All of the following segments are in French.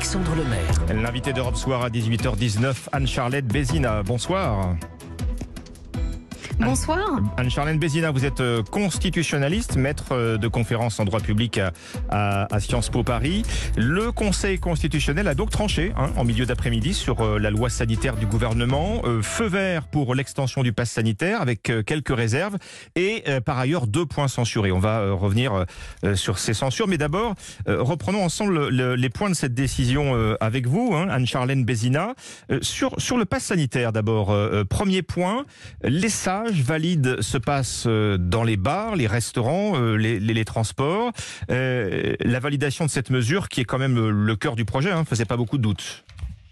Alexandre Lemaire. L'invité d'Europe Soir à 18h19, Anne-Charlène Bézina. Bonsoir. Bonsoir. Anne-Charlène Bézina, vous êtes constitutionnaliste, maître de conférences en droit public à Sciences Po Paris. Le Conseil constitutionnel a donc tranché en milieu d'après-midi sur la loi sanitaire du gouvernement. Feu vert pour l'extension du pass sanitaire avec quelques réserves et par ailleurs 2 points censurés. On va revenir sur ces censures. Mais d'abord, reprenons ensemble les points de cette décision avec vous, Anne-Charlène Bézina. Sur le pass sanitaire d'abord, premier point, les sages valide se passe dans les bars, les restaurants, les transports. La validation de cette mesure, qui est quand même le cœur du projet, faisait pas beaucoup de doutes.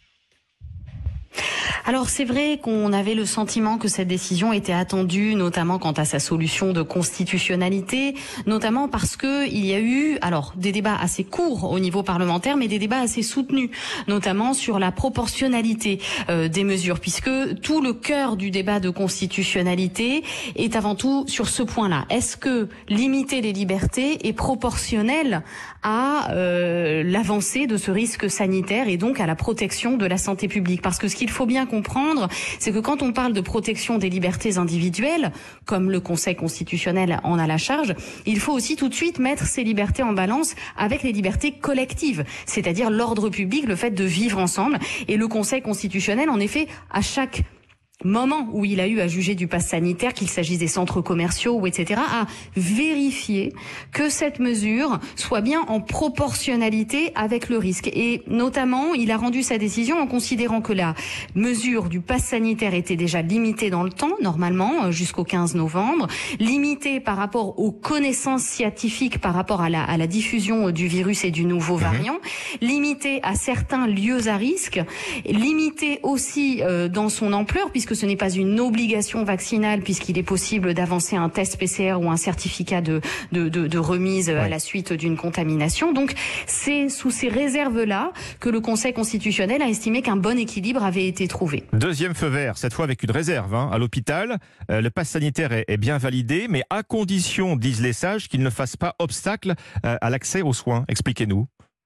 Alors c'est vrai qu'on avait le sentiment que cette décision était attendue, notamment quant à sa solution de constitutionnalité, notamment parce que il y a eu des débats assez courts au niveau parlementaire, mais des débats assez soutenus, notamment sur la proportionnalité des mesures, puisque tout le cœur du débat de constitutionnalité est avant tout sur ce point-là. Est-ce que limiter les libertés est proportionnel à l'avancée de ce risque sanitaire et donc à la protection de la santé publique? Parce que ce qu'il faut bien comprendre, c'est que quand on parle de protection des libertés individuelles, comme le Conseil constitutionnel en a la charge, il faut aussi tout de suite mettre ces libertés en balance avec les libertés collectives, c'est-à-dire l'ordre public, le fait de vivre ensemble. Et le Conseil constitutionnel, en effet, à chaque moment où il a eu à juger du pass sanitaire, qu'il s'agisse des centres commerciaux ou etc., a vérifié que cette mesure soit bien en proportionnalité avec le risque. Et notamment, il a rendu sa décision en considérant que la mesure du pass sanitaire était déjà limitée dans le temps, normalement, jusqu'au 15 novembre, limitée par rapport aux connaissances scientifiques, par rapport à la diffusion du virus et du nouveau variant, limitée à certains lieux à risque, limitée aussi dans son ampleur, puisque ce n'est pas une obligation vaccinale, puisqu'il est possible d'avancer un test PCR ou un certificat de remise à la suite d'une contamination. Donc c'est sous ces réserves-là que le Conseil constitutionnel a estimé qu'un bon équilibre avait été trouvé. Deuxième feu vert, cette fois avec une réserve. À l'hôpital, le pass sanitaire est bien validé, mais à condition, disent les sages, qu'il ne fasse pas obstacle à l'accès aux soins. Expliquez-nous.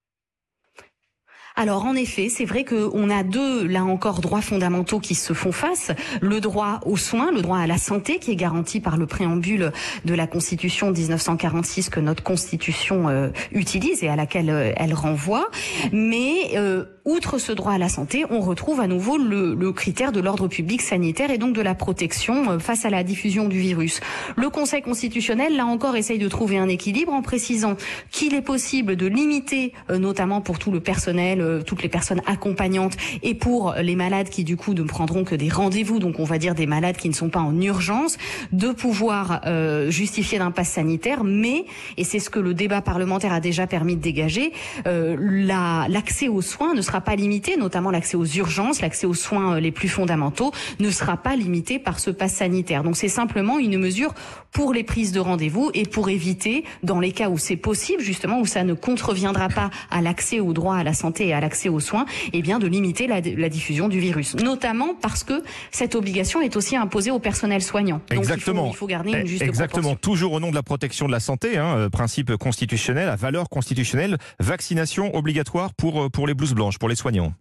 Alors en effet, c'est vrai qu'on a deux, là encore, droits fondamentaux qui se font face. Le droit aux soins, le droit à la santé qui est garanti par le préambule de la Constitution de 1946 que notre Constitution utilise et à laquelle elle renvoie. Mais outre ce droit à la santé, on retrouve à nouveau le critère de l'ordre public sanitaire et donc de la protection face à la diffusion du virus. Le Conseil constitutionnel, là encore, essaye de trouver un équilibre en précisant qu'il est possible de limiter, notamment pour tout le personnel, toutes les personnes accompagnantes et pour les malades qui du coup ne prendront que des rendez-vous, donc on va dire des malades qui ne sont pas en urgence, de pouvoir justifier d'un pass sanitaire, mais, et c'est ce que le débat parlementaire a déjà permis de dégager, l'accès aux soins ne sera pas limité, notamment l'accès aux urgences, l'accès aux soins les plus fondamentaux ne sera pas limité par ce pass sanitaire. Donc c'est simplement une mesure pour les prises de rendez-vous et pour éviter, dans les cas où c'est possible, justement, où ça ne contreviendra pas à l'accès au droit à la santé et à l'accès aux soins, de limiter la diffusion du virus. Notamment parce que cette obligation est aussi imposée au personnel soignant. Donc exactement. Il faut garder une juste proportion. Toujours au nom de la protection de la santé, principe constitutionnel, à valeur constitutionnelle, vaccination obligatoire pour les blouses blanches, pour les soignants.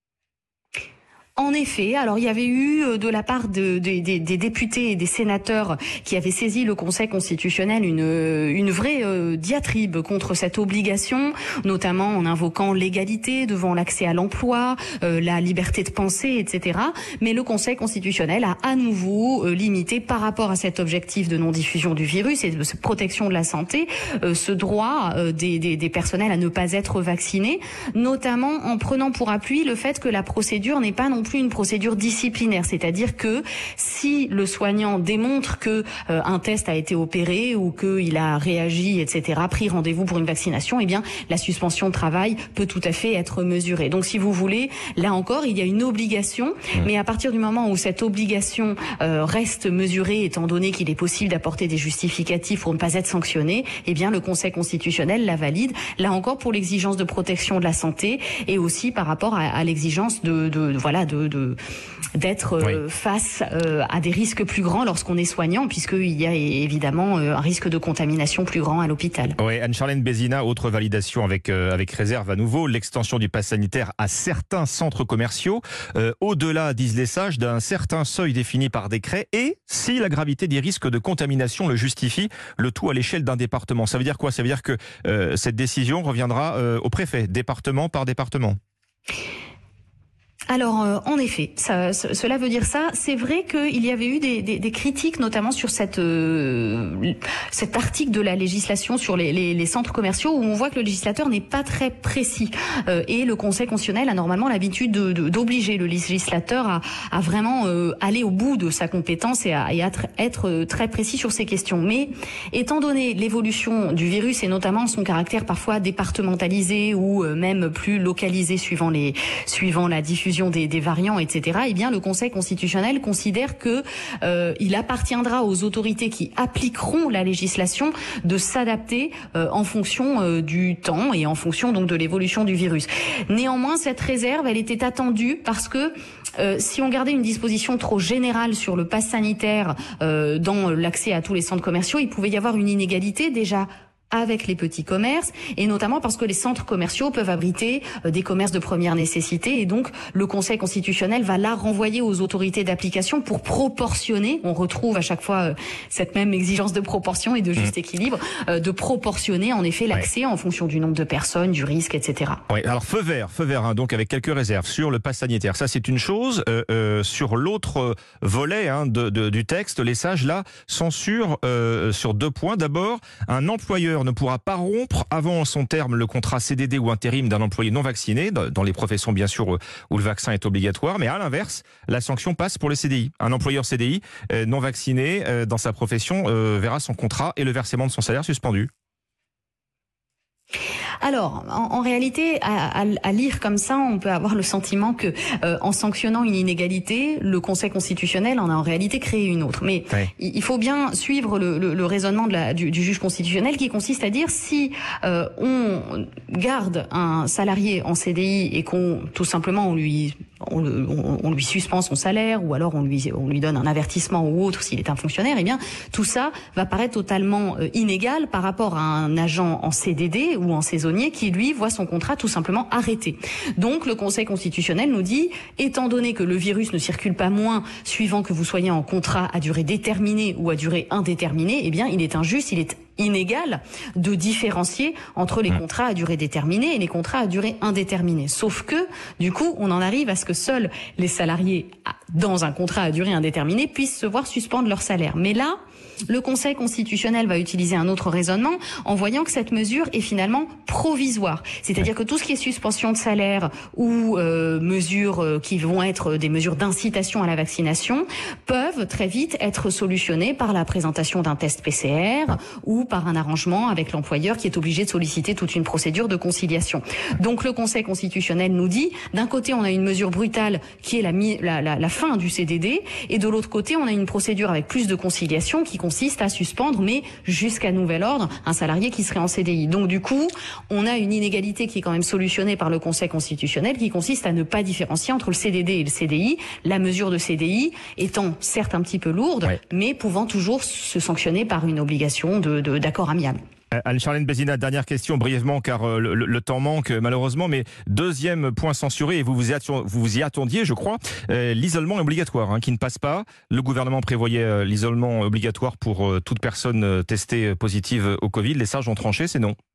En effet, alors il y avait eu de la part des députés et des sénateurs qui avaient saisi le Conseil constitutionnel une vraie diatribe contre cette obligation, notamment en invoquant l'égalité devant l'accès à l'emploi, la liberté de penser, etc. Mais le Conseil constitutionnel a à nouveau limité par rapport à cet objectif de non-diffusion du virus et de protection de la santé, ce droit des personnels à ne pas être vaccinés, notamment en prenant pour appui le fait que la procédure n'est pas non plus une procédure disciplinaire, c'est-à-dire que si le soignant démontre que un test a été opéré ou qu'il a réagi, etc., pris rendez-vous pour une vaccination, la suspension de travail peut tout à fait être mesurée. Donc si vous voulez, là encore, il y a une obligation, mais à partir du moment où cette obligation reste mesurée, étant donné qu'il est possible d'apporter des justificatifs pour ne pas être sanctionné, le Conseil constitutionnel la valide, là encore pour l'exigence de protection de la santé et aussi par rapport à l'exigence de d'être face à des risques plus grands lorsqu'on est soignant, puisqu'il y a évidemment un risque de contamination plus grand à l'hôpital. Oui, Anne-Charlène Bézina, autre validation avec réserve à nouveau, l'extension du pass sanitaire à certains centres commerciaux, au-delà, disent les sages, d'un certain seuil défini par décret, et si la gravité des risques de contamination le justifie, le tout à l'échelle d'un département. Ça veut dire quoi? Ça veut dire que cette décision reviendra au préfet, département par département. Alors, en effet, cela veut dire ça. C'est vrai qu'il y avait eu des critiques, notamment sur cet article de la législation sur les centres commerciaux, où on voit que le législateur n'est pas très précis. Et le Conseil constitutionnel a normalement l'habitude d'obliger le législateur à vraiment aller au bout de sa compétence et à être très précis sur ces questions. Mais étant donné l'évolution du virus et notamment son caractère parfois départementalisé ou même plus localisé suivant la diffusion des variants, etc. Eh bien, le Conseil constitutionnel considère que il appartiendra aux autorités qui appliqueront la législation de s'adapter en fonction du temps et en fonction donc de l'évolution du virus. Néanmoins, cette réserve, elle était attendue parce que si on gardait une disposition trop générale sur le pass sanitaire dans l'accès à tous les centres commerciaux, il pouvait y avoir une inégalité déjà avec les petits commerces, et notamment parce que les centres commerciaux peuvent abriter des commerces de première nécessité, et donc le Conseil constitutionnel va là renvoyer aux autorités d'application pour proportionner, on retrouve à chaque fois cette même exigence de proportion et de juste équilibre, de proportionner en effet l'accès en fonction du nombre de personnes, du risque, etc. Oui, alors feu vert, hein, donc avec quelques réserves sur le pass sanitaire, ça c'est une chose. Sur l'autre volet du texte, les sages là censurent sur 2 points. D'abord, un employeur ne pourra pas rompre avant son terme le contrat CDD ou intérim d'un employé non vacciné, dans les professions bien sûr où le vaccin est obligatoire, mais à l'inverse, la sanction passe pour le CDI. Un employeur CDI non vacciné dans sa profession verra son contrat et le versement de son salaire suspendu. Alors, en réalité, à lire comme ça, on peut avoir le sentiment que, en sanctionnant une inégalité, le Conseil constitutionnel en a en réalité créé une autre. Mais il faut bien suivre le raisonnement du juge constitutionnel, qui consiste à dire si on garde un salarié en CDI et tout simplement on lui suspend son salaire, ou alors on lui donne un avertissement ou autre s'il est un fonctionnaire, eh bien tout ça va paraître totalement inégal par rapport à un agent en CDD ou en saisonnier qui lui voit son contrat tout simplement arrêté. Donc le Conseil constitutionnel nous dit, étant donné que le virus ne circule pas moins suivant que vous soyez en contrat à durée déterminée ou à durée indéterminée, eh bien il est injuste, il est inégal de différencier entre les contrats à durée déterminée et les contrats à durée indéterminée. Sauf que, du coup, on en arrive à ce que seuls les salariés dans un contrat à durée indéterminée puissent se voir suspendre leur salaire. Mais là, le Conseil constitutionnel va utiliser un autre raisonnement en voyant que cette mesure est finalement provisoire. C'est-à-dire que tout ce qui est suspension de salaire ou mesures qui vont être des mesures d'incitation à la vaccination peuvent très vite être solutionnées par la présentation d'un test PCR ou par un arrangement avec l'employeur qui est obligé de solliciter toute une procédure de conciliation. Donc le Conseil constitutionnel nous dit, d'un côté on a une mesure brutale qui est la fin du CDD, et de l'autre côté on a une procédure avec plus de conciliation qui consiste à suspendre, mais jusqu'à nouvel ordre, un salarié qui serait en CDI. Donc du coup, on a une inégalité qui est quand même solutionnée par le Conseil constitutionnel, qui consiste à ne pas différencier entre le CDD et le CDI, la mesure de CDI étant certes un petit peu lourde, mais pouvant toujours se sanctionner par une obligation d'accord amiable. Anne-Charlène Bézina, dernière question brièvement car le temps manque malheureusement, mais deuxième point censuré, et vous vous y attendiez je crois, l'isolement est obligatoire qui ne passe pas. Le gouvernement prévoyait l'isolement obligatoire pour toute personne testée positive au Covid. Les sages ont tranché, c'est non.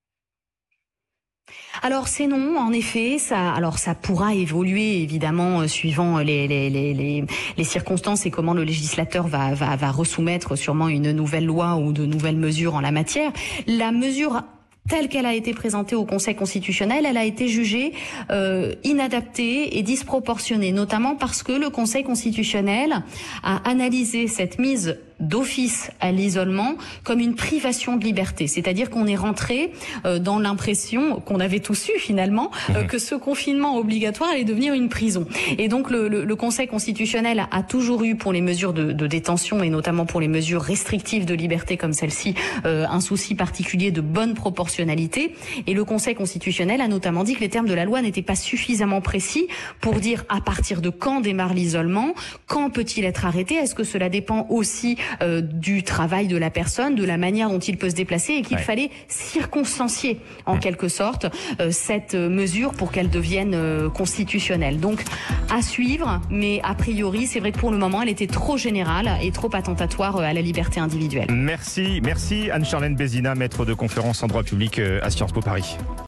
Alors c'est non, en effet, ça pourra évoluer évidemment suivant les circonstances et comment le législateur va resoumettre sûrement une nouvelle loi ou de nouvelles mesures en la matière. La mesure telle qu'elle a été présentée au Conseil constitutionnel, elle a été jugée inadaptée et disproportionnée, notamment parce que le Conseil constitutionnel a analysé cette mise d'office à l'isolement comme une privation de liberté. C'est-à-dire qu'on est rentré dans l'impression qu'on avait tous eu finalement que ce confinement obligatoire allait devenir une prison. Et donc le Conseil constitutionnel a toujours eu pour les mesures de détention et notamment pour les mesures restrictives de liberté comme celle-ci un souci particulier de bonne proportionnalité. Et le Conseil constitutionnel a notamment dit que les termes de la loi n'étaient pas suffisamment précis pour dire à partir de quand démarre l'isolement, quand peut-il être arrêté, est-ce que cela dépend aussi du travail de la personne, de la manière dont il peut se déplacer et qu'il fallait circonstancier en quelque sorte cette mesure pour qu'elle devienne constitutionnelle. Donc à suivre, mais a priori c'est vrai que pour le moment elle était trop générale et trop attentatoire à la liberté individuelle. Merci Anne-Charlène Bézina, maître de conférence en droit public à Sciences Po Paris.